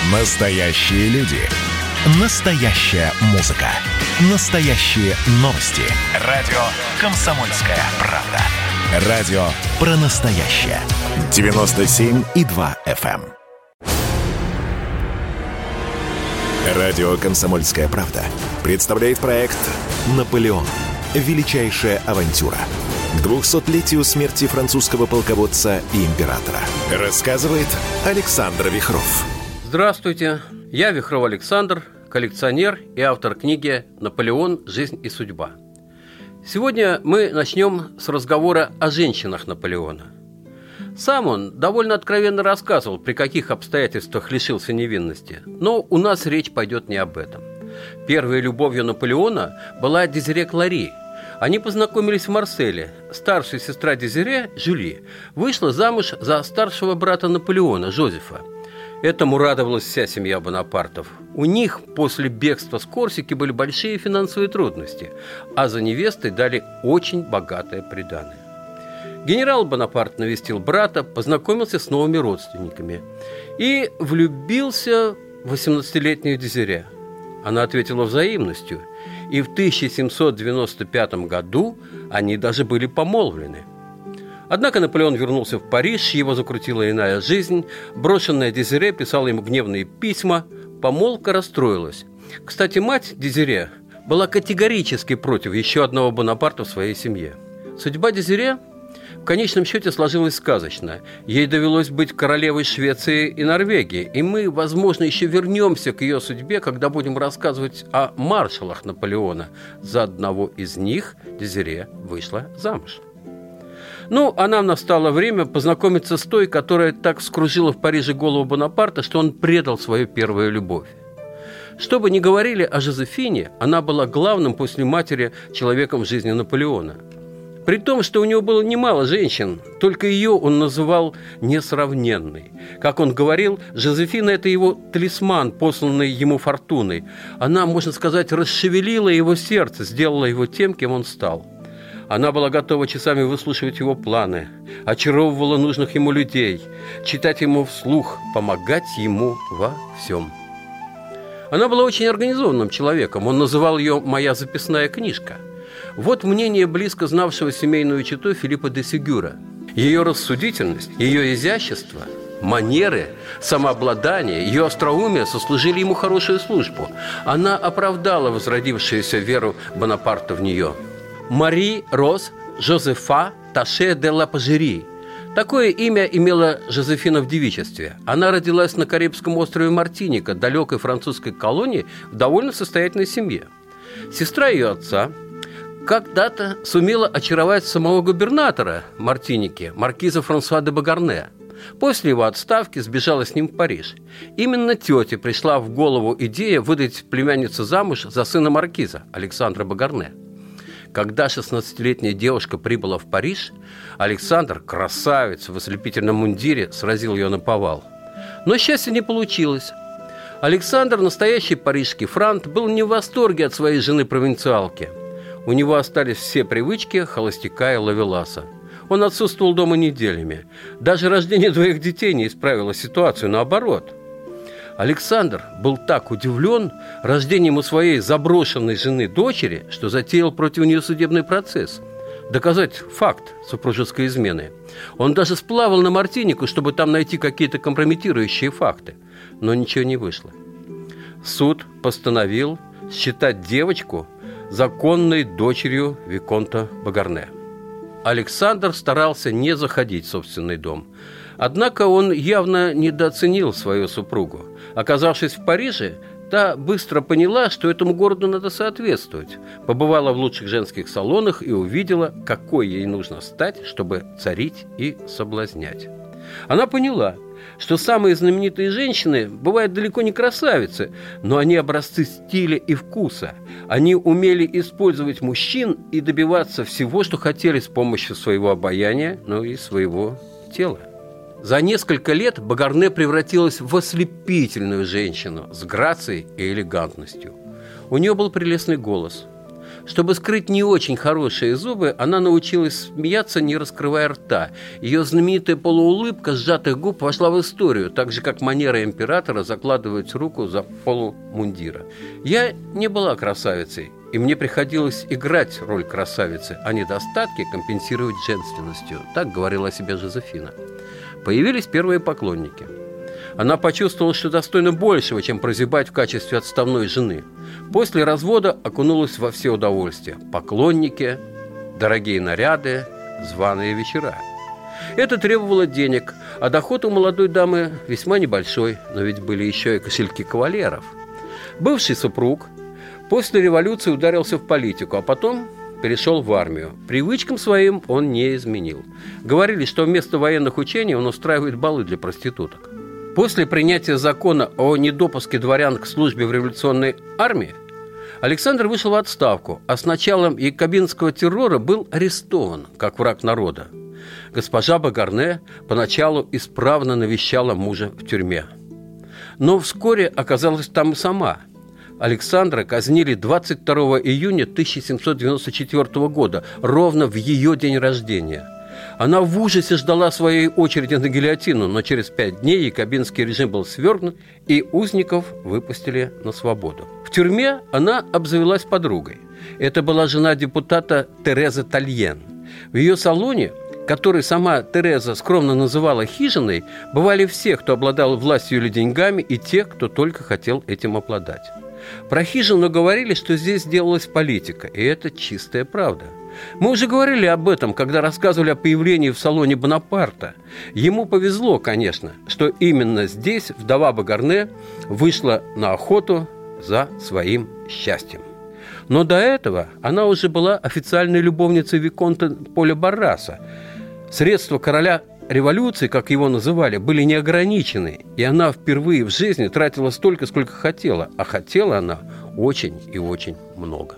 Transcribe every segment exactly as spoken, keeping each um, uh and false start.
Настоящие люди. Настоящая музыка. Настоящие новости. Радио «Комсомольская правда». Радио про настоящее. девяносто семь и два эф эм. Радио «Комсомольская правда» представляет проект «Наполеон. Величайшая авантюра». К двухсотлетию смерти французского полководца и императора. Рассказывает Александр Вихров. Здравствуйте, я Вихров Александр, коллекционер и автор книги «Наполеон. Жизнь и судьба». Сегодня мы начнем с разговора о женщинах Наполеона. Сам он довольно откровенно рассказывал, при каких обстоятельствах лишился невинности, но у нас речь пойдет не об этом. Первой любовью Наполеона была Дезире Клари. Они познакомились в Марселе. Старшая сестра Дезире, Жюли, вышла замуж за старшего брата Наполеона, Жозефа. Этому радовалась вся семья Бонапартов. У них после бегства с Корсики были большие финансовые трудности, а за невестой дали очень богатое приданое. Генерал Бонапарт навестил брата, познакомился с новыми родственниками и влюбился в восемнадцатилетнюю Дезире. Она ответила взаимностью, и в тысяча семьсот девяносто пятом году они даже были помолвлены. Однако Наполеон вернулся в Париж, его закрутила иная жизнь, брошенная Дезире писала ему гневные письма, помолвка расстроилась. Кстати, мать Дезире была категорически против еще одного Бонапарта в своей семье. Судьба Дезире в конечном счете сложилась сказочно. Ей довелось быть королевой Швеции и Норвегии, и мы, возможно, еще вернемся к ее судьбе, когда будем рассказывать о маршалах Наполеона. За одного из них Дезире вышла замуж. Ну, а нам настало время познакомиться с той, которая так вскружила в Париже голову Бонапарта, что он предал свою первую любовь. Что бы ни говорили о Жозефине, она была главным после матери человеком в жизни Наполеона. При том, что у него было немало женщин, только ее он называл несравненной. Как он говорил, Жозефина – это его талисман, посланный ему фортуной. Она, можно сказать, расшевелила его сердце, сделала его тем, кем он стал. Она была готова часами выслушивать его планы, очаровывала нужных ему людей, читать ему вслух, помогать ему во всем. Она была очень организованным человеком, он называл ее «моя записная книжка». Вот мнение близко знавшего семейную чету Филиппа де Сегюра. Ее рассудительность, ее изящество, манеры, самообладание, ее остроумие сослужили ему хорошую службу. Она оправдала возродившуюся веру Бонапарта в нее. Мари Роз Жозефа Таше де ла Пажери. Такое имя имела Жозефина в девичестве. Она родилась на Карибском острове Мартиника, далекой французской колонии, в довольно состоятельной семье. Сестра ее отца когда-то сумела очаровать самого губернатора Мартиники, маркиза Франсуа де Багарне. После его отставки сбежала с ним в Париж. Именно тете пришла в голову идея выдать племянницу замуж за сына маркиза, Александра Багарне. Когда шестнадцатилетняя девушка прибыла в Париж, Александр, красавец в ослепительном мундире, сразил ее наповал. Но счастья не получилось. Александр, настоящий парижский франт, был не в восторге от своей жены-провинциалки. У него остались все привычки холостяка и ловеласа. Он отсутствовал дома неделями. Даже рождение двоих детей не исправило ситуацию, наоборот. Александр был так удивлен рождением у своей заброшенной жены дочери, что затеял против нее судебный процесс. Доказать факт супружеской измены. Он даже сплавал на Мартинику, чтобы там найти какие-то компрометирующие факты. Но ничего не вышло. Суд постановил считать девочку законной дочерью виконта Багарне. Александр старался не заходить в собственный дом. Однако он явно недооценил свою супругу. Оказавшись в Париже, та быстро поняла, что этому городу надо соответствовать. Побывала в лучших женских салонах и увидела, какой ей нужно стать, чтобы царить и соблазнять. Она поняла, что самые знаменитые женщины бывают далеко не красавицы, но они образцы стиля и вкуса. Они умели использовать мужчин и добиваться всего, что хотели с помощью своего обаяния, ну и своего тела. За несколько лет Багарне превратилась в ослепительную женщину с грацией и элегантностью. У нее был прелестный голос. Чтобы скрыть не очень хорошие зубы, она научилась смеяться, не раскрывая рта. Ее знаменитая полуулыбка сжатых губ вошла в историю, так же, как манера императора закладывать руку за полу мундира. Я не была красавицей, и мне приходилось играть роль красавицы, а недостатки компенсировать женственностью. Так говорила о себе Жозефина. Появились первые поклонники. Она почувствовала, что достойна большего, чем прозябать в качестве отставной жены. После развода окунулась во все удовольствия. Поклонники, дорогие наряды, званые вечера. Это требовало денег, а доход у молодой дамы весьма небольшой, но ведь были еще и кошельки кавалеров. Бывший супруг после революции ударился в политику, а потом перешел в армию. Привычкам своим он не изменил. Говорили, что вместо военных учений он устраивает балы для проституток. После принятия закона о недопуске дворян к службе в революционной армии Александр вышел в отставку, а с началом якобинского террора был арестован как враг народа. Госпожа Багарне поначалу исправно навещала мужа в тюрьме. Но вскоре оказалась там и сама. Александра казнили двадцать второго июня тысяча семьсот девяносто четвёртого года, ровно в ее день рождения. Она в ужасе ждала своей очереди на гильотину, но через пять дней якобинский режим был свергнут, и узников выпустили на свободу. В тюрьме она обзавелась подругой. Это была жена депутата Тереза Тальен. В ее салоне, который сама Тереза скромно называла хижиной, бывали все, кто обладал властью или деньгами, и те, кто только хотел этим обладать. Про хижину говорили, что здесь делалась политика, и это чистая правда. Мы уже говорили об этом, когда рассказывали о появлении в салоне Бонапарта. Ему повезло, конечно, что именно здесь вдова Багарне вышла на охоту за своим счастьем. Но до этого она уже была официальной любовницей виконта Поля Барраса. Средства короля революции, как его называли, были неограничены, и она впервые в жизни тратила столько, сколько хотела, а хотела она очень и очень много.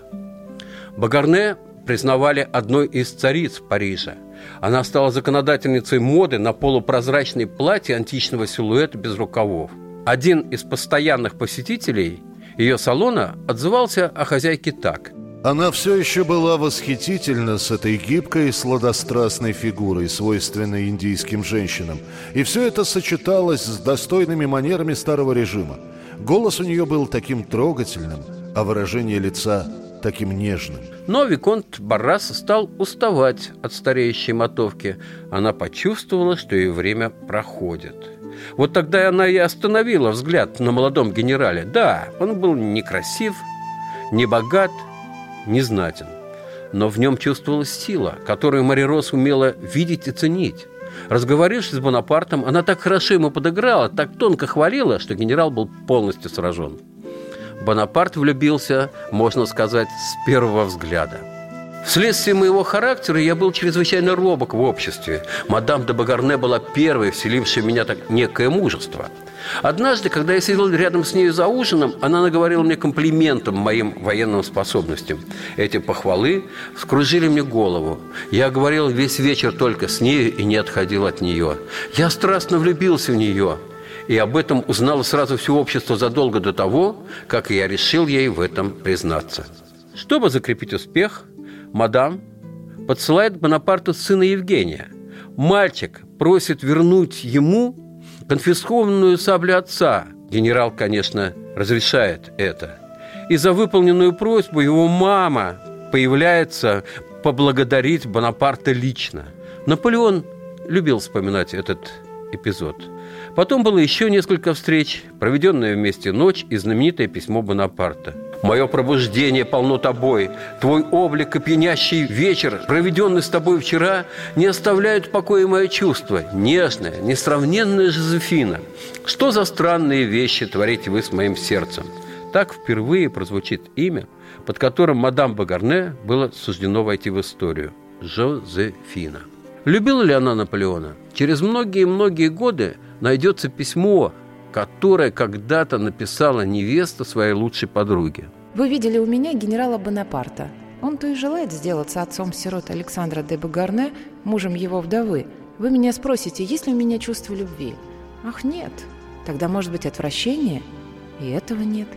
Багарне признавали одной из цариц Парижа. Она стала законодательницей моды на полупрозрачные платья античного силуэта без рукавов. Один из постоянных посетителей ее салона отзывался о хозяйке так: она все еще была восхитительна с этой гибкой и сладострастной фигурой, свойственной индийским женщинам. И все это сочеталось с достойными манерами старого режима. Голос у нее был таким трогательным, а выражение лица таким нежным. Но виконт Баррас стал уставать от стареющей мотовки. Она почувствовала, что ее время проходит. Вот тогда она и остановила взгляд на молодом генерале. Да, он был некрасив, не богат, не знатен, но в нем чувствовалась сила, которую Мари Рос умела видеть и ценить. Разговорившись с Бонапартом, она так хорошо ему подыграла, так тонко хвалила, что генерал был полностью сражен. Бонапарт влюбился, можно сказать, с первого взгляда. Вследствие моего характера я был чрезвычайно робок в обществе. Мадам де Багарне была первой, вселившей в меня так некое мужество. Однажды, когда я сидел рядом с ней за ужином, она наговорила мне комплиментом моим военным способностям. Эти похвалы вскружили мне голову. Я говорил весь вечер только с нею и не отходил от нее. Я страстно влюбился в нее, и об этом узнало сразу все общество задолго до того, как я решил ей в этом признаться. Чтобы закрепить успех, мадам подсылает к Бонапарту сына Евгения. Мальчик просит вернуть ему конфискованную саблю отца. Генерал, конечно, разрешает это. И за выполненную просьбу его мама появляется поблагодарить Бонапарта лично. Наполеон любил вспоминать этот эпизод. Потом было еще несколько встреч, проведенная вместе ночь и знаменитое письмо Бонапарта. «Мое пробуждение полно тобой. Твой облик и пьянящий вечер, проведенный с тобой вчера, не оставляют в покое мое чувство. Нежная, несравненная Жозефина. Что за странные вещи творите вы с моим сердцем?» Так впервые прозвучит имя, под которым мадам Багарне было суждено войти в историю – Жозефина. Любила ли она Наполеона? Через многие-многие годы найдется письмо, которое когда-то написала невеста своей лучшей подруге. Вы видели у меня генерала Бонапарта. Он-то и желает сделаться отцом-сирот Александра де Багарне, мужем его вдовы. Вы меня спросите, есть ли у меня чувство любви? Ах, нет. Тогда может быть отвращение? И этого нет.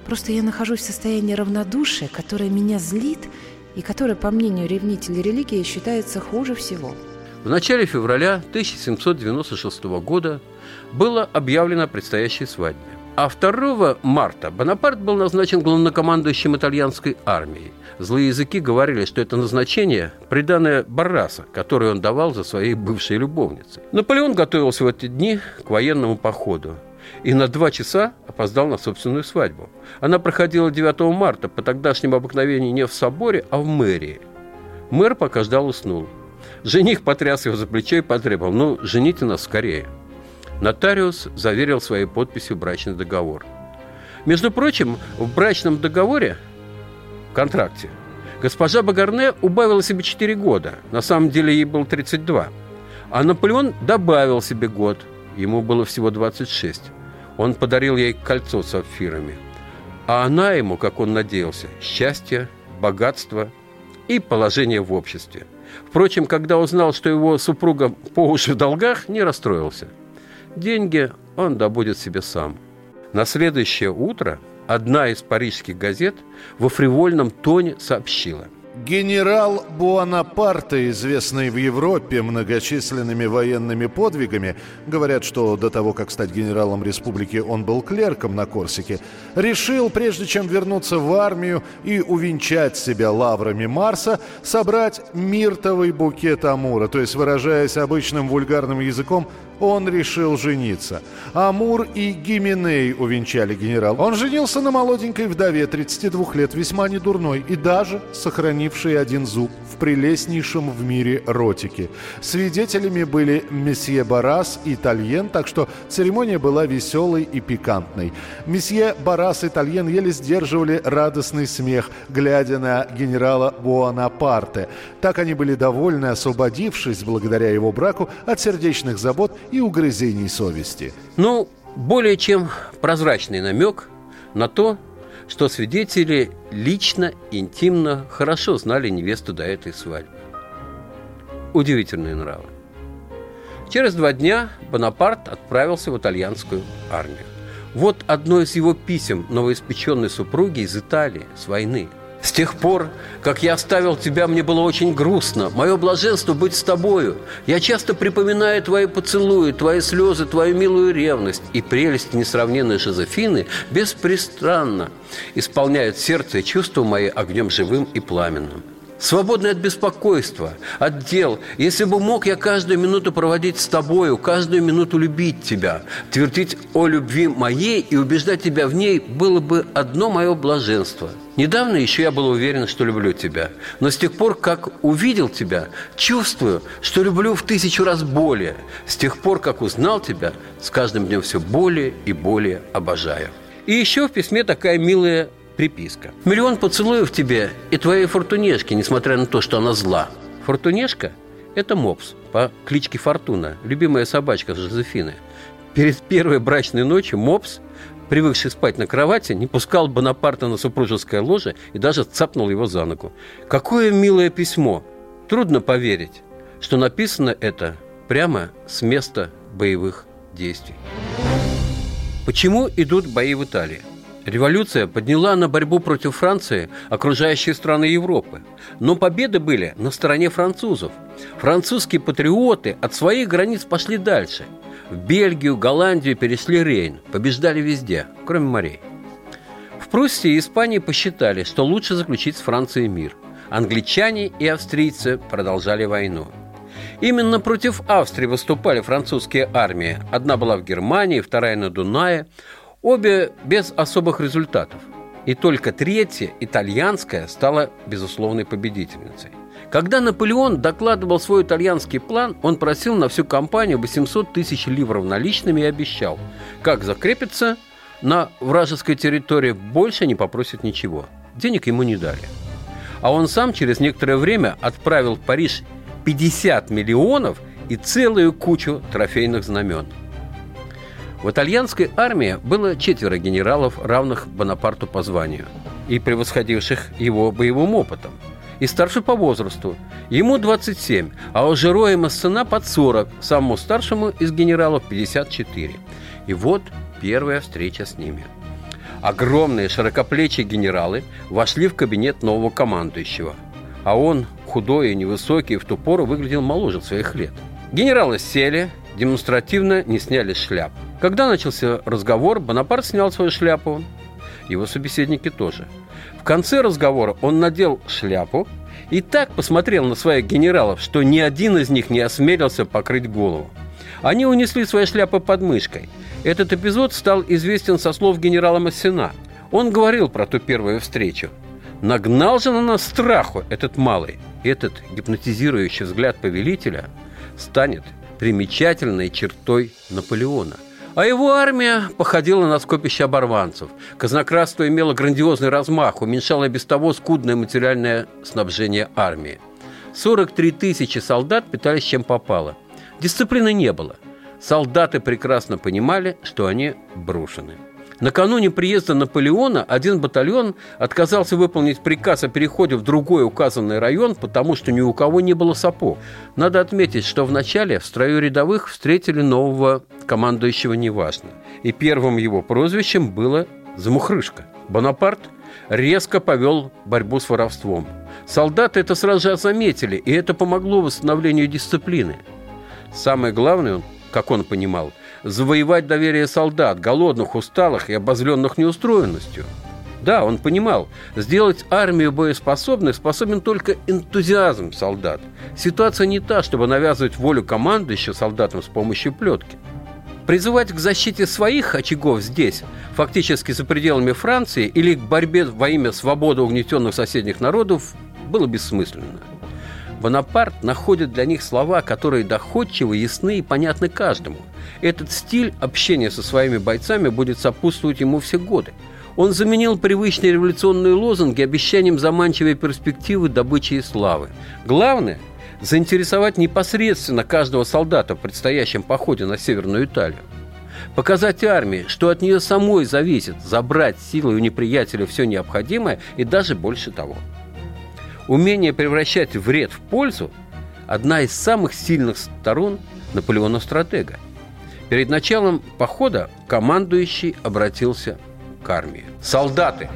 Просто я нахожусь в состоянии равнодушия, которое меня злит и которое, по мнению ревнителей религии, считается хуже всего. В начале февраля тысяча семьсот девяносто шестого года было объявлено о предстоящей свадьбе. А второго марта Бонапарт был назначен главнокомандующим итальянской армией. Злые языки говорили, что это назначение – приданое Барраса, которое он давал за своей бывшей любовницей. Наполеон готовился в эти дни к военному походу и на два часа опоздал на собственную свадьбу. Она проходила девятого марта, по тогдашнему обыкновению не в соборе, а в мэрии. Мэр, пока ждал, уснул. Жених потряс его за плечо и потребовал: «Ну, жените нас скорее». Нотариус заверил своей подписью брачный договор. Между прочим, в брачном договоре, в контракте, госпожа Багарне убавила себе четыре года. На самом деле ей было тридцать два. А Наполеон добавил себе год. Ему было всего двадцать шесть. Он подарил ей кольцо с сапфирами. А она ему, как он надеялся, счастье, богатство и положение в обществе. Впрочем, когда узнал, что его супруга по уши в долгах, не расстроился. Деньги он добудет себе сам. На следующее утро одна из парижских газет во фривольном тоне сообщила: генерал Буонапарте, известный в Европе многочисленными военными подвигами, говорят, что до того, как стать генералом республики, он был клерком на Корсике, решил, прежде чем вернуться в армию и увенчать себя лаврами Марса, собрать миртовый букет Амура, то есть, выражаясь обычным вульгарным языком, он решил жениться. Амур и Гименей увенчали генерала. Он женился на молоденькой вдове, тридцати двух лет, весьма недурной и даже сохранившей один зуб в прелестнейшем в мире ротике. Свидетелями были месье Баррас и Тальен, так что церемония была веселой и пикантной. Месье Баррас и Тальен еле сдерживали радостный смех, глядя на генерала Буонапарте. Так они были довольны, освободившись, благодаря его браку, от сердечных забот и угрызений совести. Ну, более чем прозрачный намек на то, что свидетели лично, интимно, хорошо знали невесту до этой свадьбы. Удивительные нравы. Через два дня Бонапарт отправился в итальянскую армию. Вот одно из его писем новоиспеченной супруги из Италии с войны. «С тех пор, как я оставил тебя, мне было очень грустно. Мое блаженство быть с тобою. Я часто припоминаю твои поцелуи, твои слезы, твою милую ревность. И прелесть несравненной Жозефины беспрестанно исполняют сердце и чувства мои огнем живым и пламенным. Свободный от беспокойства, от дел. Если бы мог я каждую минуту проводить с тобою, каждую минуту любить тебя, твердить о любви моей и убеждать тебя в ней, было бы одно мое блаженство. Недавно еще я был уверен, что люблю тебя, но с тех пор, как увидел тебя, чувствую, что люблю в тысячу раз более. С тех пор, как узнал тебя, с каждым днем все более и более обожаю». И еще в письме такая милая приписка. «Миллион поцелуев тебе и твоей Фортунешке, несмотря на то, что она зла». Фортунешка – это мопс по кличке Фортуна, любимая собачка Жозефины. Перед первой брачной ночью мопс, привыкший спать на кровати, не пускал Бонапарта на супружеское ложе и даже цапнул его за ногу. Какое милое письмо! Трудно поверить, что написано это прямо с места боевых действий. Почему идут бои в Италии? Революция подняла на борьбу против Франции окружающие страны Европы. Но победы были на стороне французов. Французские патриоты от своих границ пошли дальше. В Бельгию, Голландию перешли Рейн. Побеждали везде, кроме морей. В Пруссии и Испании посчитали, что лучше заключить с Францией мир. Англичане и австрийцы продолжали войну. Именно против Австрии выступали французские армии. Одна была в Германии, вторая на Дунае. Обе без особых результатов. И только третья, итальянская, стала безусловной победительницей. Когда Наполеон докладывал свой итальянский план, он просил на всю кампанию восемьсот тысяч ливров наличными и обещал: как закрепится на вражеской территории, больше не попросит ничего. Денег ему не дали. А он сам через некоторое время отправил в Париж пятьдесят миллионов и целую кучу трофейных знамен. В итальянской армии было четверо генералов, равных Бонапарту по званию и превосходивших его боевым опытом. И старший по возрасту. Ему двадцать семь, а у Жиро и Массена под сорок, самому старшему из генералов пятьдесят четыре. И вот первая встреча с ними. Огромные широкоплечие генералы вошли в кабинет нового командующего, а он, худой и невысокий, в ту пору выглядел моложе своих лет. Генералы сели, демонстративно не сняли шляп. Когда начался разговор, Бонапарт снял свою шляпу, его собеседники тоже. В конце разговора он надел шляпу и так посмотрел на своих генералов, что ни один из них не осмелился покрыть голову. Они унесли свои шляпы под мышкой. Этот эпизод стал известен со слов генерала Массена. Он говорил про ту первую встречу. «Нагнал же на нас страху этот малый». Этот гипнотизирующий взгляд повелителя станет примечательной чертой Наполеона. А его армия походила на скопище оборванцев. Казнократство имело грандиозный размах, уменьшало без того скудное материальное снабжение армии. сорок три тысячи солдат питались чем попало. Дисциплины не было. Солдаты прекрасно понимали, что они брошены. Накануне приезда Наполеона один батальон отказался выполнить приказ о переходе в другой указанный район, потому что ни у кого не было сапог. Надо отметить, что вначале в строю рядовых встретили нового командующего неважно. И первым его прозвищем было «Замухрышка». Бонапарт резко повел борьбу с воровством. Солдаты это сразу же заметили, и это помогло восстановлению дисциплины. Самое главное, как он понимал, завоевать доверие солдат, голодных, усталых и обозленных неустроенностью. Да, он понимал, сделать армию боеспособной способен только энтузиазм солдат. Ситуация не та, чтобы навязывать волю командующего солдатам с помощью плетки. Призывать к защите своих очагов здесь, фактически за пределами Франции, или к борьбе во имя свободы угнетенных соседних народов, было бессмысленно. Бонапарт находит для них слова, которые доходчивы, ясны и понятны каждому. Этот стиль общения со своими бойцами будет сопутствовать ему все годы. Он заменил привычные революционные лозунги обещанием заманчивой перспективы, добычи и славы. Главное – заинтересовать непосредственно каждого солдата в предстоящем походе на Северную Италию. Показать армии, что от нее самой зависит забрать силой у неприятеля все необходимое и даже больше того. Умение превращать вред в пользу – одна из самых сильных сторон Наполеона-стратега. Перед началом похода командующий обратился к армии. «Солдаты,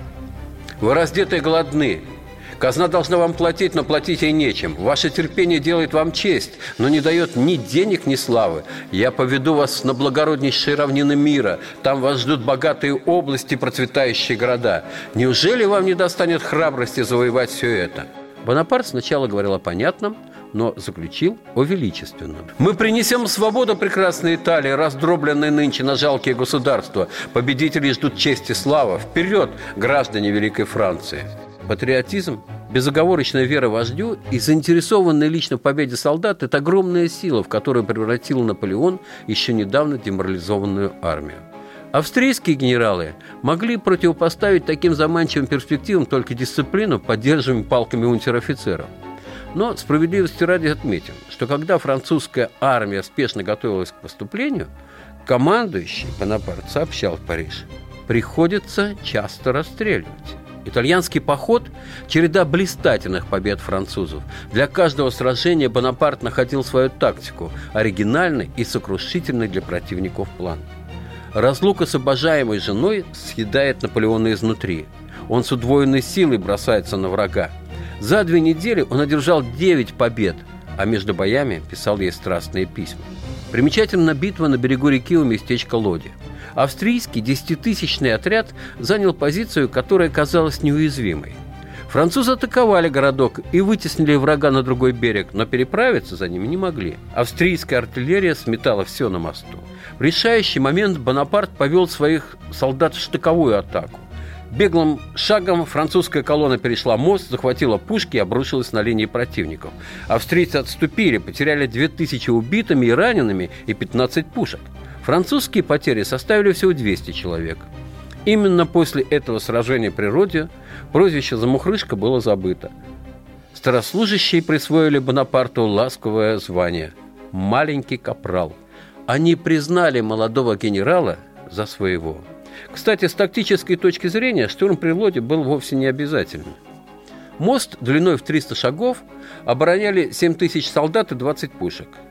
вы раздеты и голодны. Казна должна вам платить, но платить ей нечем. Ваше терпение делает вам честь, но не дает ни денег, ни славы. Я поведу вас на благороднейшие равнины мира. Там вас ждут богатые области, процветающие города. Неужели вам не достанет храбрости завоевать все это?» Бонапарт сначала говорил о понятном, но заключил о величественном. «Мы принесем свободу прекрасной Италии, раздробленной нынче на жалкие государства. Победители ждут честь и слава. Вперед, граждане Великой Франции!» Патриотизм, безоговорочная вера вождю и заинтересованный лично в победе солдат – это огромная сила, в которую превратил Наполеон еще недавно деморализованную армию. Австрийские генералы могли противопоставить таким заманчивым перспективам только дисциплину, поддерживаемую палками унтер-офицеров. Но справедливости ради отметим, что когда французская армия спешно готовилась к поступлению, командующий Бонапарт сообщал в Париж: «Приходится часто расстреливать». Итальянский поход – череда блистательных побед французов. Для каждого сражения Бонапарт находил свою тактику, оригинальный и сокрушительный для противников план. Разлука с обожаемой женой съедает Наполеона изнутри. Он с удвоенной силой бросается на врага. За две недели он одержал девять побед, а между боями писал ей страстные письма. Примечательна битва на берегу реки у местечка Лоди. Австрийский десятитысячный отряд занял позицию, которая казалась неуязвимой. Французы атаковали городок и вытеснили врага на другой берег, но переправиться за ними не могли. Австрийская артиллерия сметала все на мосту. В решающий момент Бонапарт повел своих солдат в штыковую атаку. Беглым шагом французская колонна перешла мост, захватила пушки и обрушилась на линии противников. Австрийцы отступили, потеряли две тысячи убитыми и ранеными и пятнадцать пушек. Французские потери составили всего двести человек. Именно после этого сражения при Роде прозвище «Замухрышка» было забыто. Старослужащие присвоили Бонапарту ласковое звание «маленький капрал». Они признали молодого генерала за своего. Кстати, с тактической точки зрения штурм при Лоде был вовсе не обязательным. Мост длиной в триста шагов обороняли семь тысяч солдат и двадцать пушек.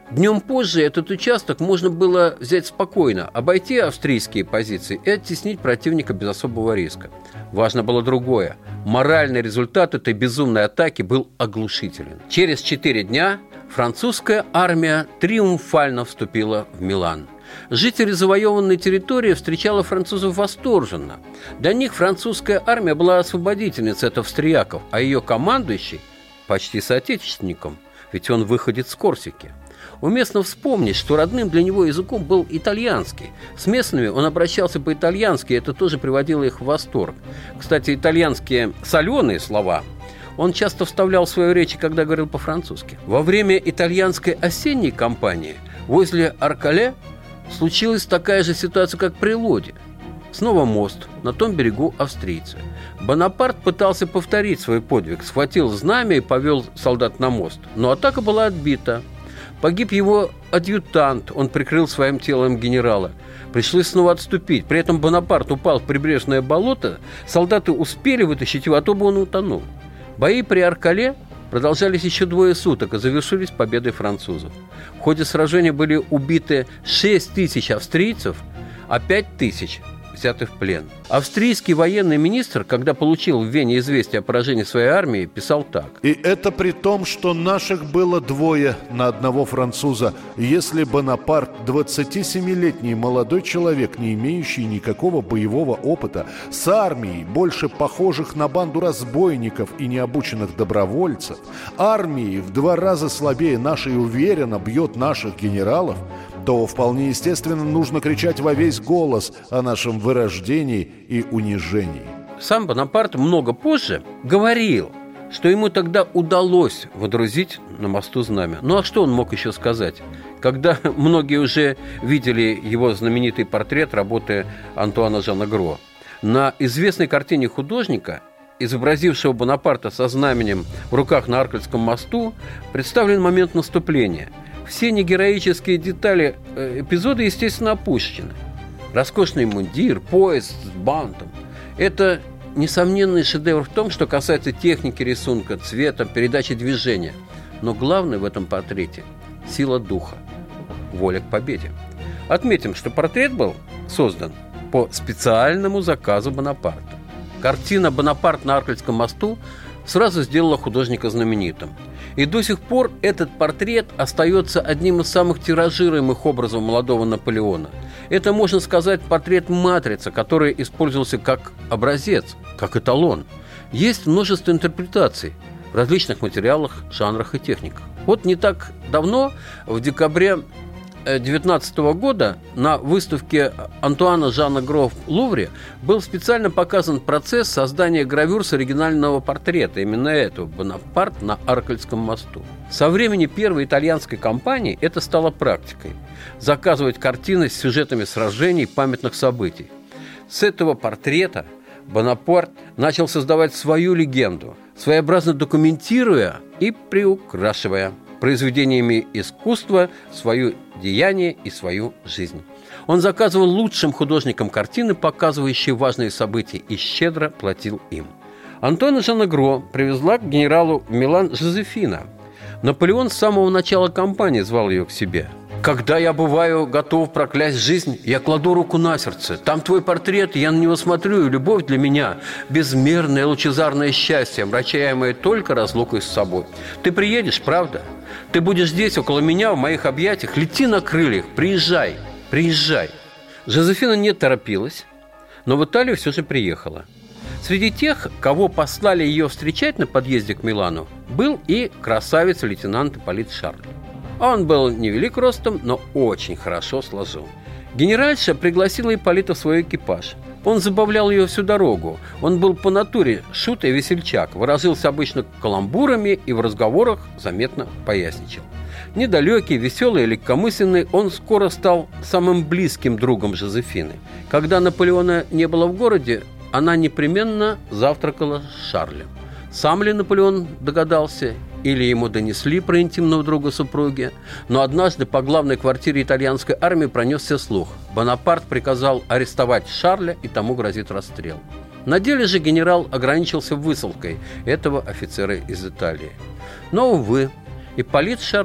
Днем позже этот участок можно было взять спокойно, обойти австрийские позиции и оттеснить противника без особого риска. Важно было другое. Моральный результат этой безумной атаки был оглушителен. Через четыре дня французская армия триумфально вступила в Милан. Жители завоеванной территории встречали французов восторженно. Для них французская армия была освободительницей от австрияков, а ее командующий почти соотечественником, ведь он выходец с Корсики. Уместно вспомнить, что родным для него языком был итальянский. С местными он обращался по-итальянски, и это тоже приводило их в восторг. Кстати, итальянские соленые слова он часто вставлял в свою речь, когда говорил по-французски. Во время итальянской осенней кампании возле Аркале случилась такая же ситуация, как при Лоде. Снова мост, на том берегу австрийцы. Бонапарт пытался повторить свой подвиг, схватил знамя и повел солдат на мост. Но атака была отбита. Погиб его адъютант, он прикрыл своим телом генерала. Пришлось снова отступить. При этом Бонапарт упал в прибрежное болото, солдаты успели вытащить его, а то бы он утонул. Бои при Аркале продолжались еще двое суток и завершились победой французов. В ходе сражения были убиты шесть тысяч австрийцев, а пять тысяч взяты в плен. Австрийский военный министр, когда получил в Вене известие о поражении своей армии, писал так. И это при том, что наших было двое на одного француза. Если Бонапарт, двадцатисемилетний молодой человек, не имеющий никакого боевого опыта, с армией, больше похожих на банду разбойников и необученных добровольцев, армией в два раза слабее нашей уверенно бьет наших генералов, то вполне естественно нужно кричать во весь голос о нашем вырождении и унижении. Сам Бонапарт много позже говорил, что ему тогда удалось водрузить на мосту знамя. Ну а что он мог еще сказать, когда многие уже видели его знаменитый портрет работы Антуана Жана Гро? На известной картине художника, изобразившего Бонапарта со знаменем в руках на Аркальском мосту, представлен момент наступления. Все негероические детали эпизода, естественно, опущены. Роскошный мундир, пояс с бантом – это несомненный шедевр в том, что касается техники рисунка, цвета, передачи движения. Но главное в этом портрете – сила духа, воля к победе. Отметим, что портрет был создан по специальному заказу Бонапарта. Картина «Бонапарт на Аркальском мосту» сразу сделала художника знаменитым. И до сих пор этот портрет остается одним из самых тиражируемых образов молодого Наполеона. Это, можно сказать, портрет матрицы, который использовался как образец, как эталон. Есть множество интерпретаций в различных материалах, жанрах и техниках. Вот не так давно, в декабре две тысячи девятнадцатого года, на выставке Антуана Жана Гро в Лувре был специально показан процесс создания гравюр с оригинального портрета, именно этого, Бонапарт на Аркальском мосту. Со времени первой итальянской кампании это стало практикой – заказывать картины с сюжетами сражений, памятных событий. С этого портрета Бонапарт начал создавать свою легенду, своеобразно документируя и приукрашивая произведениями искусства свое деяние и свою жизнь. Он заказывал лучшим художникам картины, показывающие важные события, и щедро платил им. Антуана Жана Гро привезла к генералу в Милан Жозефина. Наполеон с самого начала кампании звал ее к себе. «Когда я бываю готов проклясть жизнь, я кладу руку на сердце. Там твой портрет, я на него смотрю, и любовь для меня – безмерное лучезарное счастье, омрачаемое только разлукой с собой. Ты приедешь, правда? Ты будешь здесь, около меня, в моих объятиях. Лети на крыльях, приезжай, приезжай». Жозефина не торопилась, но в Италию все же приехала. Среди тех, кого послали ее встречать на подъезде к Милану, был и красавец-лейтенант Ипполит Шарль. Он был невелик ростом, но очень хорошо сложен. Генеральша пригласила Ипполита в свой экипаж. Он забавлял ее всю дорогу. Он был по натуре шут и весельчак, выражался обычно каламбурами и в разговорах заметно поясничал. Недалекий, веселый и легкомысленный, он скоро стал самым близким другом Жозефины. Когда Наполеона не было в городе, она непременно завтракала с Шарлем. Сам ли Наполеон догадался, или ему донесли про интимного друга супруги, но однажды по главной квартире итальянской армии пронесся слух. Бонапарт приказал арестовать Шарля, и тому грозит расстрел. На деле же генерал ограничился высылкой этого офицера из Италии. Но, увы, Ипполит Шарль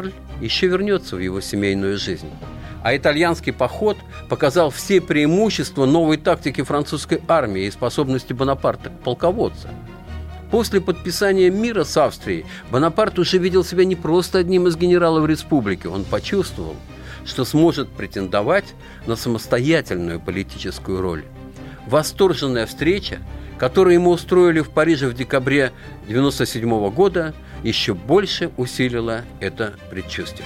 еще вернется в его семейную жизнь. А итальянский поход показал все преимущества новой тактики французской армии и способности Бонапарта к полководцу. После подписания мира с Австрией Бонапарт уже видел себя не просто одним из генералов республики. Он почувствовал, что сможет претендовать на самостоятельную политическую роль. Восторженная встреча, которую ему устроили в Париже в декабре девяносто седьмого года, еще больше усилила это предчувствие.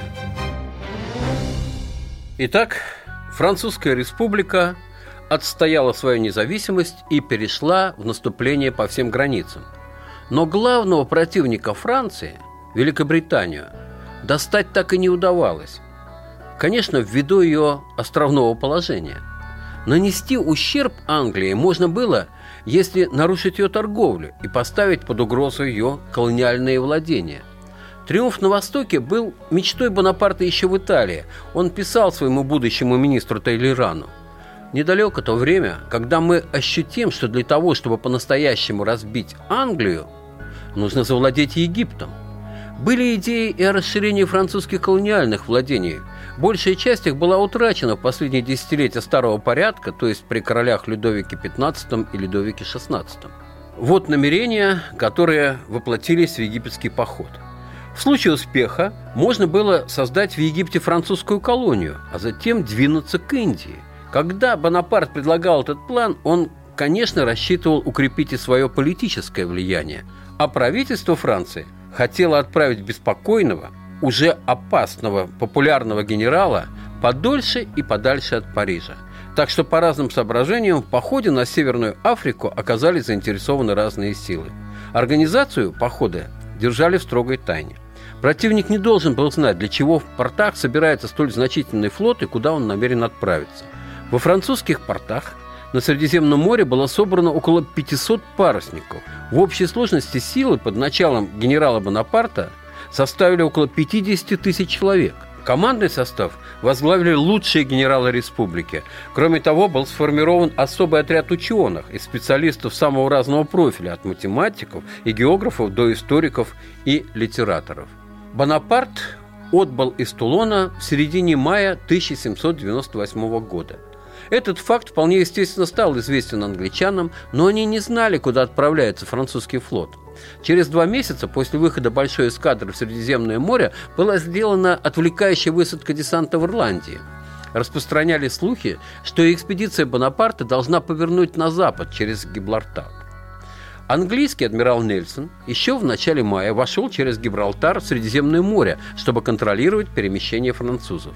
Итак, Французская республика отстояла свою независимость и перешла в наступление по всем границам. Но главного противника Франции, Великобританию, достать так и не удавалось. Конечно, ввиду ее островного положения. Нанести ущерб Англии можно было, если нарушить ее торговлю и поставить под угрозу ее колониальные владения. Триумф на Востоке был мечтой Бонапарта еще в Италии. Он писал своему будущему министру Таллейрану: «Недалеко то время, когда мы ощутим, что для того, чтобы по-настоящему разбить Англию, нужно завладеть Египтом». Были идеи и о расширении французских колониальных владений. Большая часть их была утрачена в последние десятилетия старого порядка, то есть при королях Людовике пятнадцатом и Людовике шестнадцатом. Вот намерения, которые воплотились в египетский поход. В случае успеха можно было создать в Египте французскую колонию, а затем двинуться к Индии. Когда Бонапарт предлагал этот план, он, конечно, рассчитывал укрепить и свое политическое влияние, а правительство Франции хотело отправить беспокойного, уже опасного популярного генерала подольше и подальше от Парижа. Так что по разным соображениям в походе на Северную Африку оказались заинтересованы разные силы. Организацию похода держали в строгой тайне. Противник не должен был знать, для чего в портах собирается столь значительный флот и куда он намерен отправиться. Во французских портах на Средиземном море было собрано около пятисот парусников. В общей сложности силы под началом генерала Бонапарта составили около пятьдесят тысяч человек. Командный состав возглавили лучшие генералы республики. Кроме того, был сформирован особый отряд ученых и специалистов самого разного профиля, от математиков и географов до историков и литераторов. Бонапарт отбыл из Тулона в середине мая тысяча семьсот девяносто восьмого года. Этот факт вполне естественно стал известен англичанам, но они не знали, куда отправляется французский флот. Через два месяца после выхода большой эскадры в Средиземное море была сделана отвлекающая высадка десанта в Ирландии. Распространяли слухи, что экспедиция Бонапарта должна повернуть на запад через Гибралтар. Английский адмирал Нельсон еще в начале мая вошел через Гибралтар в Средиземное море, чтобы контролировать перемещение французов.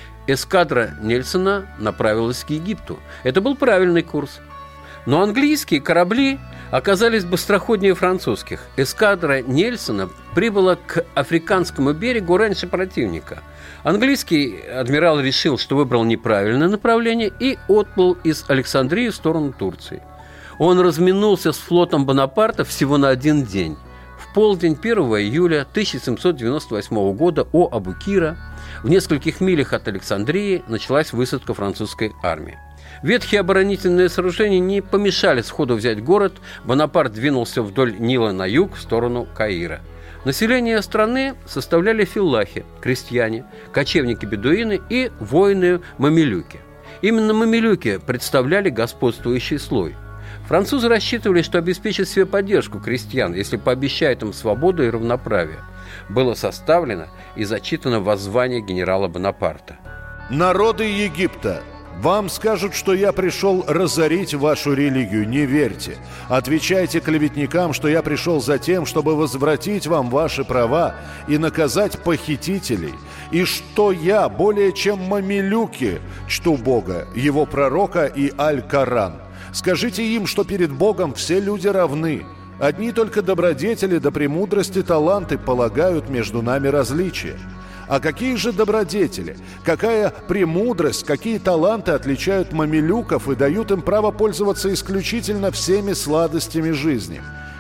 Эскадра Нельсона направилась к Египту. Это был правильный курс. Но английские корабли оказались быстроходнее французских. Эскадра Нельсона прибыла к африканскому берегу раньше противника. Английский адмирал решил, что выбрал неправильное направление, и отплыл из Александрии в сторону Турции. Он разминулся с флотом Бонапарта всего на один день. В полдень первого июля тысяча семьсот девяносто восьмого года у Абукира в нескольких милях от Александрии началась высадка французской армии. Ветхие оборонительные сооружения не помешали сходу взять город. Бонапарт двинулся вдоль Нила на юг, в сторону Каира. Население страны составляли филлахи, крестьяне, кочевники-бедуины и воины-мамилюки. Именно мамилюки представляли господствующий слой. Французы рассчитывали, что обеспечат себе поддержку крестьян, если пообещают им свободу и равноправие. Было составлено и зачитано воззвание генерала Бонапарта. «Народы Египта, вам скажут, что я пришел разорить вашу религию. Не верьте. Отвечайте клеветникам, что я пришел за тем, чтобы возвратить вам ваши права и наказать похитителей, и что я, более чем мамилюки, чту Бога, его пророка и Аль-Коран. Скажите им, что перед Богом все люди равны. Одни только добродетели да премудрости таланты полагают между нами различия. А какие же добродетели, какая премудрость, какие таланты отличают мамилюков и дают им право пользоваться исключительно всеми сладостями жизни?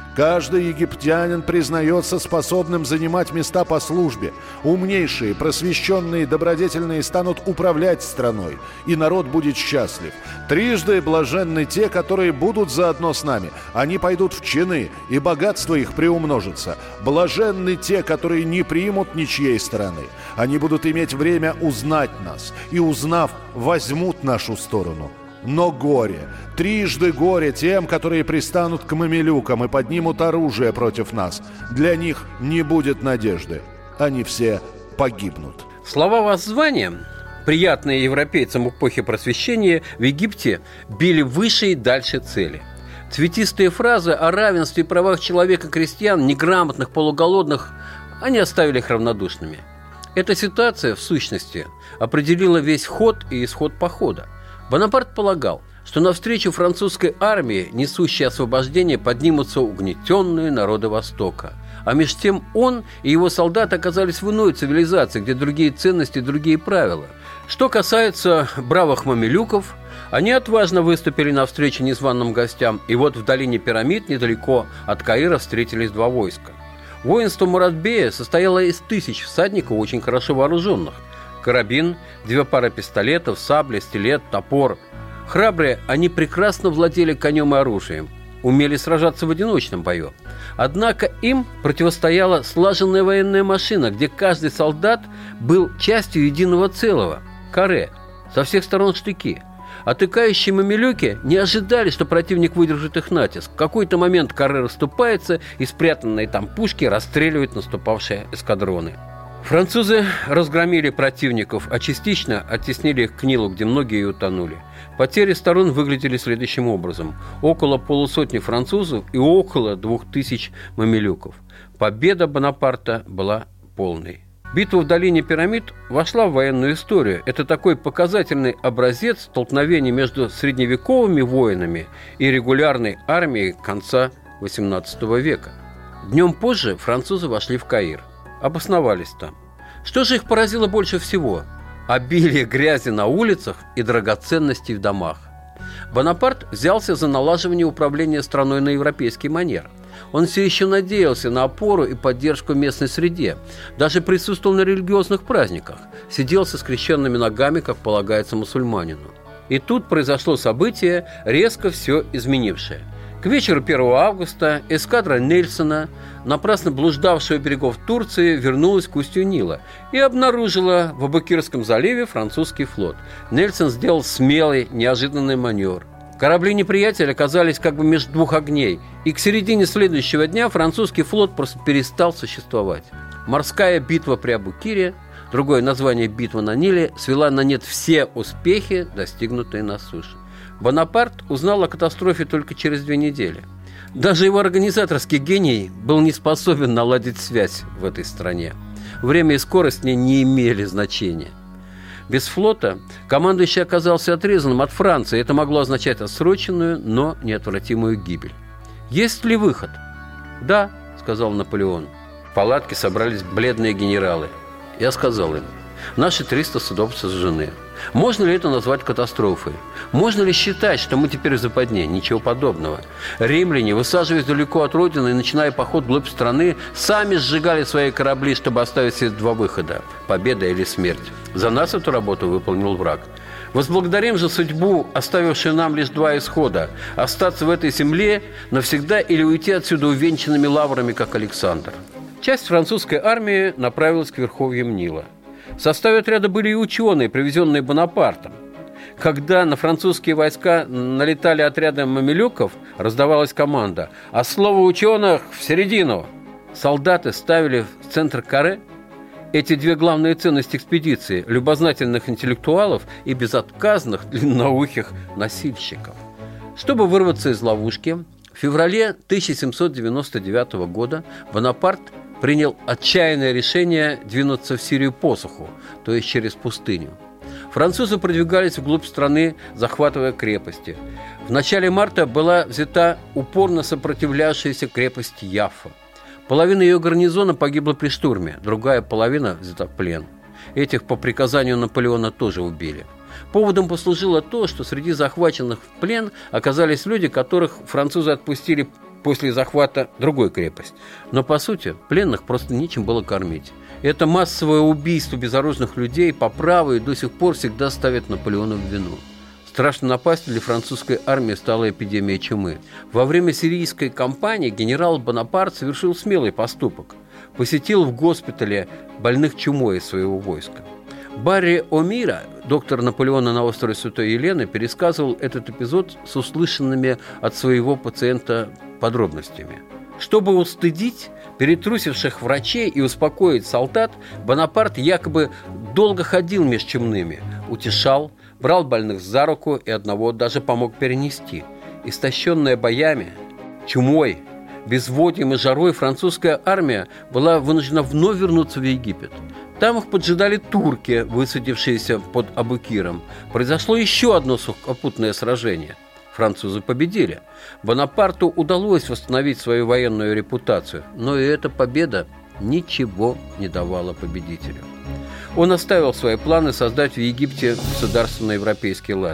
Каждый египтянин признается способным занимать места по службе. Умнейшие, просвещенные, добродетельные станут управлять страной, и народ будет счастлив. Трижды блаженны те, которые будут заодно с нами. Они пойдут в чины, и богатство их приумножится. Блаженны те, которые не примут ничьей стороны. Они будут иметь время узнать нас, и, узнав, возьмут нашу сторону. Но горе, трижды горе тем, которые пристанут к мамилюкам и поднимут оружие против нас. Для них не будет надежды. Они все погибнут. Слова воззвания, приятные европейцам эпохи Просвещения, в Египте били выше и дальше цели. Цветистые фразы о равенстве и правах человека, крестьян, неграмотных, полуголодных, они оставили их равнодушными. Эта ситуация, в сущности, определила весь ход и исход похода. Бонапарт полагал, что навстречу французской армии, несущей освобождение, поднимутся угнетенные народы Востока. А меж тем он и его солдаты оказались в иной цивилизации, где другие ценности, другие правила. Что касается бравых мамилюков, они отважно выступили навстречу незваным гостям, и вот в долине пирамид, недалеко от Каира, встретились два войска. Воинство Муратбея состояло из тысяч всадников, очень хорошо вооруженных. Карабин, две пары пистолетов, сабли, стилет, топор. Храбрые, они прекрасно владели конем и оружием, умели сражаться в одиночном бою. Однако им противостояла слаженная военная машина, где каждый солдат был частью единого целого – каре, со всех сторон штыки. Отыкающие мамилюки не ожидали, что противник выдержит их натиск. В какой-то момент каре расступается, и спрятанные там пушки расстреливают наступавшие эскадроны. Французы разгромили противников, а частично оттеснили их к Нилу, где многие и утонули. Потери сторон выглядели следующим образом. Около полусотни французов и около двух тысяч мамилюков. Победа Бонапарта была полной. Битва в долине пирамид вошла в военную историю. Это такой показательный образец столкновения между средневековыми воинами и регулярной армией конца восемнадцатого века. Днем позже французы вошли в Каир. Обосновались там. Что же их поразило больше всего? Обилие грязи на улицах и драгоценностей в домах. Бонапарт взялся за налаживание управления страной на европейский манер. Он все еще надеялся на опору и поддержку в местной среде. Даже присутствовал на религиозных праздниках. Сидел со скрещенными ногами, как полагается мусульманину. И тут произошло событие, резко все изменившее. К вечеру первого августа эскадра Нельсона, напрасно блуждавшая у берегов Турции, вернулась к устью Нила и обнаружила в Абукирском заливе французский флот. Нельсон сделал смелый, неожиданный маневр. Корабли неприятеля оказались как бы между двух огней, и к середине следующего дня французский флот просто перестал существовать. Морская битва при Абукире, другое название «Битва на Ниле», свела на нет все успехи, достигнутые на суше. Бонапарт узнал о катастрофе только через две недели. Даже его организаторский гений был не способен наладить связь в этой стране. Время и скорость не, не имели значения. Без флота командующий оказался отрезанным от Франции. Это могло означать отсроченную, но неотвратимую гибель. Есть ли выход? Да, сказал Наполеон. В палатке собрались бледные генералы. Я сказал им: наши триста судов сожжены. Можно ли это назвать катастрофой? Можно ли считать, что мы теперь в западне? Ничего подобного. Римляне, высаживаясь далеко от родины и начиная поход вглубь страны, сами сжигали свои корабли, чтобы оставить себе два выхода – победа или смерть. За нас эту работу выполнил враг. Возблагодарим же судьбу, оставившую нам лишь два исхода – остаться в этой земле навсегда или уйти отсюда увенчанными лаврами, как Александр. Часть французской армии направилась к верховьям Нила. В составе отряда были и ученые, привезенные Бонапартом. Когда на французские войска налетали отряды мамилюков, раздавалась команда: «А слово ученых в середину!» Солдаты ставили в центр каре эти две главные ценности экспедиции – любознательных интеллектуалов и безотказных длинноухих носильщиков. Чтобы вырваться из ловушки, в феврале тысяча семьсот девяносто девятого года Бонапарт принял отчаянное решение двинуться в Сирию по суху, то есть через пустыню. Французы продвигались вглубь страны, захватывая крепости. В начале марта была взята упорно сопротивлявшаяся крепость Яффа. Половина ее гарнизона погибла при штурме, другая половина взята в плен. Этих по приказанию Наполеона тоже убили. Поводом послужило то, что среди захваченных в плен оказались люди, которых французы отпустили после захвата другой крепости. Но, по сути, пленных просто нечем было кормить. Это массовое убийство безоружных людей по праву и до сих пор всегда ставят Наполеона в вину. Страшной напастью для французской армии стала эпидемия чумы. Во время сирийской кампании генерал Бонапарт совершил смелый поступок. Посетил в госпитале больных чумой из своего войска. Барри О'Мира, доктор Наполеона на острове Святой Елены, пересказывал этот эпизод с услышанными от своего пациента подробностями. Чтобы устыдить перетрусивших врачей и успокоить солдат, Бонапарт якобы долго ходил меж чумными, утешал, брал больных за руку и одного даже помог перенести. Истощенная боями, чумой, безводьем и жарой, французская армия была вынуждена вновь вернуться в Египет. Там их поджидали турки, высадившиеся под Абукиром. Произошло еще одно сухопутное сражение. Французы победили. Бонапарту удалось восстановить свою военную репутацию, но и эта победа ничего не давала победителю. Он оставил свои планы создать в Египте государственный европейский лад.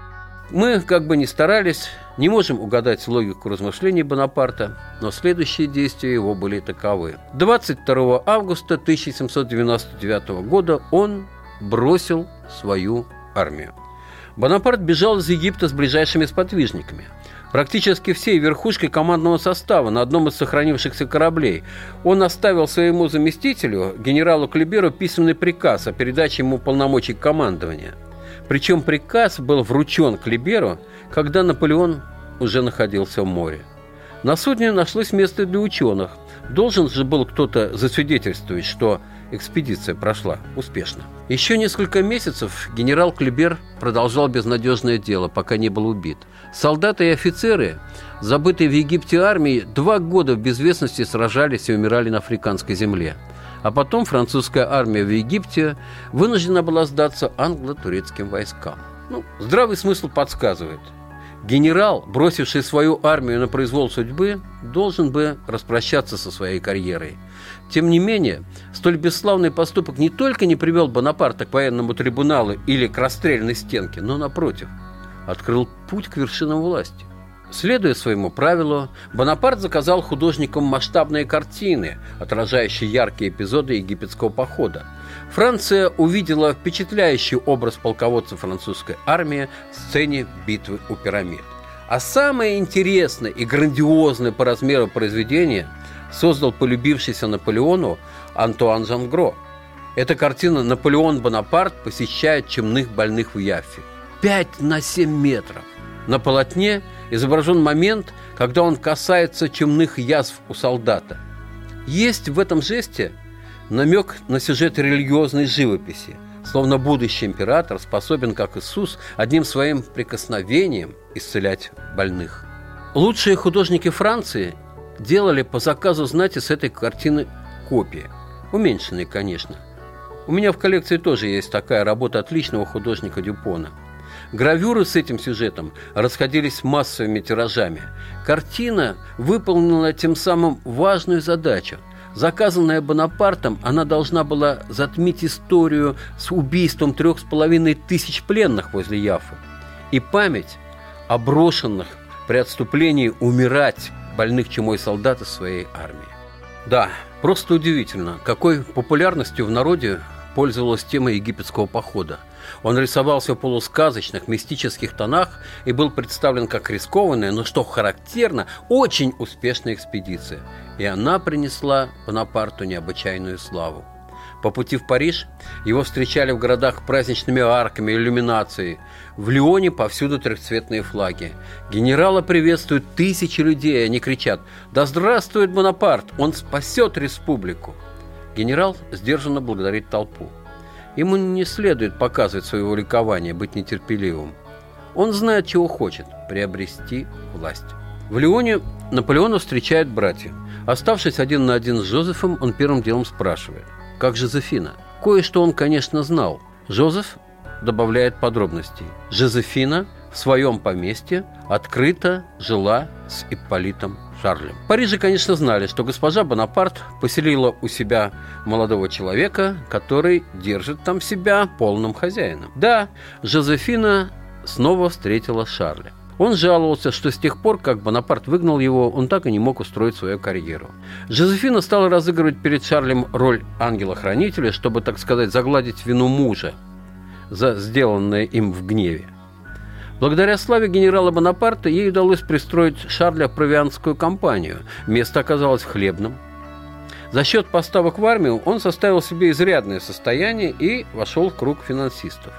Мы, как бы ни старались, не можем угадать логику размышлений Бонапарта, но следующие действия его были таковы. двадцать второго августа тысяча семьсот девяносто девятого года он бросил свою армию. Бонапарт бежал из Египта с ближайшими сподвижниками. Практически всей верхушкой командного состава на одном из сохранившихся кораблей. Он оставил своему заместителю, генералу Клиберу, письменный приказ о передаче ему полномочий командования. Причем приказ был вручен Клиберу, когда Наполеон уже находился в море. На судне нашлось место для ученых. Должен же был кто-то засвидетельствовать, что экспедиция прошла успешно. Еще несколько месяцев генерал Клибер продолжал безнадежное дело, пока не был убит. Солдаты и офицеры, забытые в Египте армии, два года в безвестности сражались и умирали на африканской земле. А потом французская армия в Египте вынуждена была сдаться англо-турецким войскам. Ну, здравый смысл подсказывает. Генерал, бросивший свою армию на произвол судьбы, должен бы распрощаться со своей карьерой. Тем не менее, столь бесславный поступок не только не привел Бонапарта к военному трибуналу или к расстрельной стенке, но, напротив, открыл путь к вершинам власти. Следуя своему правилу, Бонапарт заказал художникам масштабные картины, отражающие яркие эпизоды египетского похода. Франция увидела впечатляющий образ полководца французской армии в сцене битвы у пирамид. А самое интересное и грандиозное по размеру произведение создал полюбившийся Наполеону Антуан Жангро. Эта картина «Наполеон Бонапарт посещает чумных больных в Яффе». пять на семь метров. На полотне изображен момент, когда он касается чумных язв у солдата. Есть в этом жесте намек на сюжет религиозной живописи, словно будущий император способен, как Иисус, одним своим прикосновением исцелять больных. Лучшие художники Франции делали по заказу знати с этой картины копии, уменьшенные, конечно. У меня в коллекции тоже есть такая работа отличного художника Дюпона. Гравюры с этим сюжетом расходились массовыми тиражами. Картина выполнила тем самым важную задачу. Заказанная Бонапартом, она должна была затмить историю с убийством трех с половиной тысяч пленных возле Яффы и память о брошенных при отступлении умирать больных чумой солдат из своей армии. Да, просто удивительно, какой популярностью в народе пользовалась тема египетского похода. Он рисовался в полусказочных, мистических тонах и был представлен как рискованная, но, что характерно, очень успешная экспедиция. И она принесла Бонапарту необычайную славу. По пути в Париж его встречали в городах праздничными арками, иллюминацией. В Лионе повсюду трехцветные флаги. Генерала приветствуют тысячи людей, они кричат: «Да здравствует Бонапарт! Он спасет республику!» Генерал сдержанно благодарит толпу. Ему не следует показывать своего ликования, быть нетерпеливым. Он знает, чего хочет – приобрести власть. В Лионе Наполеона встречают братья. Оставшись один на один с Жозефом, он первым делом спрашивает: «Как Жозефина?» Кое-что он, конечно, знал. Жозеф добавляет подробностей. Жозефина в своем поместье открыто жила с Ипполитом Шарлем. В Париже, конечно, знали, что госпожа Бонапарт поселила у себя молодого человека, который держит там себя полным хозяином. Да, Жозефина снова встретила Шарля. Он жаловался, что с тех пор, как Бонапарт выгнал его, он так и не мог устроить свою карьеру. Жозефина стала разыгрывать перед Шарлем роль ангела-хранителя, чтобы, так сказать, загладить вину мужа за сделанное им в гневе. Благодаря славе генерала Бонапарта ей удалось пристроить Шарля в провианскую компанию. Место оказалось в хлебном. За счет поставок в армию он составил себе изрядное состояние и вошел в круг финансистов.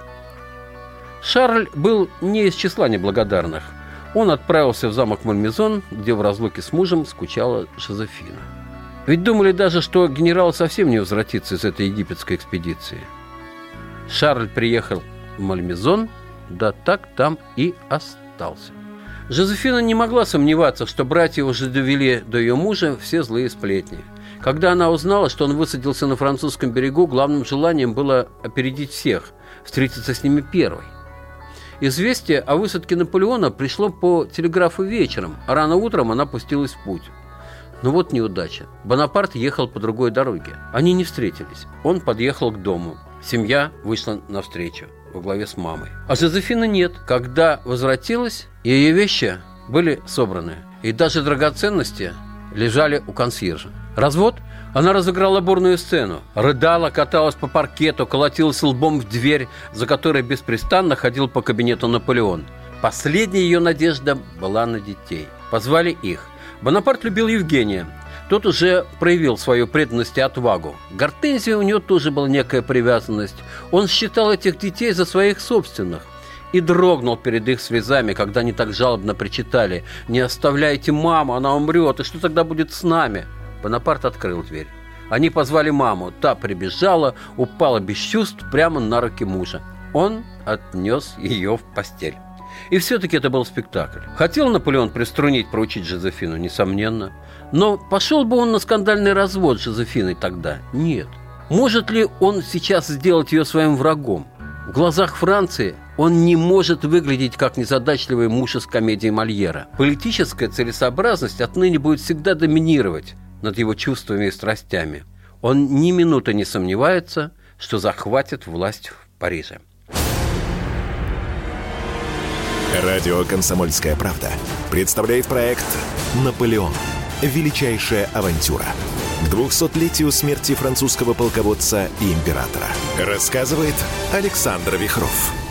Шарль был не из числа неблагодарных. Он отправился в замок Мальмезон, где в разлуке с мужем скучала Жозефина. Ведь думали даже, что генерал совсем не возвратится из этой египетской экспедиции. Шарль приехал в Мальмезон, да так там и остался. Жозефина не могла сомневаться, что братья уже довели до ее мужа все злые сплетни. Когда она узнала, что он высадился на французском берегу, главным желанием было опередить всех, встретиться с ними первой. Известие о высадке Наполеона пришло по телеграфу вечером, а рано утром она пустилась в путь. Но вот неудача. Бонапарт ехал по другой дороге. Они не встретились. Он подъехал к дому. Семья вышла навстречу во главе с мамой. А Жозефины нет. Когда возвратилась, ее вещи были собраны. И даже драгоценности лежали у консьержа. Развод? Она разыграла бурную сцену. Рыдала, каталась по паркету, колотилась лбом в дверь, за которой беспрестанно ходил по кабинету Наполеон. Последняя ее надежда была на детей. Позвали их. Бонапарт любил Евгения. Тот уже проявил свою преданность и отвагу. К Гортензии у него тоже была некая привязанность. Он считал этих детей за своих собственных и дрогнул перед их слезами, когда они так жалобно причитали: «Не оставляйте маму, она умрет, и что тогда будет с нами?» Бонапарт открыл дверь. Они позвали маму. Та прибежала, упала без чувств прямо на руки мужа. Он отнес ее в постель. И все-таки это был спектакль. Хотел Наполеон приструнить, проучить Жозефину? Несомненно. Но пошел бы он на скандальный развод с Жозефиной тогда? Нет. Может ли он сейчас сделать ее своим врагом? В глазах Франции он не может выглядеть как незадачливый муж из комедии Мольера. Политическая целесообразность отныне будет всегда доминировать над его чувствами и страстями. Он ни минуты не сомневается, что захватит власть в Париже. Радио «Комсомольская правда» представляет проект «Наполеон. Величайшая авантюра». К двухсотлетию смерти французского полководца и императора. Рассказывает Александр Вихров.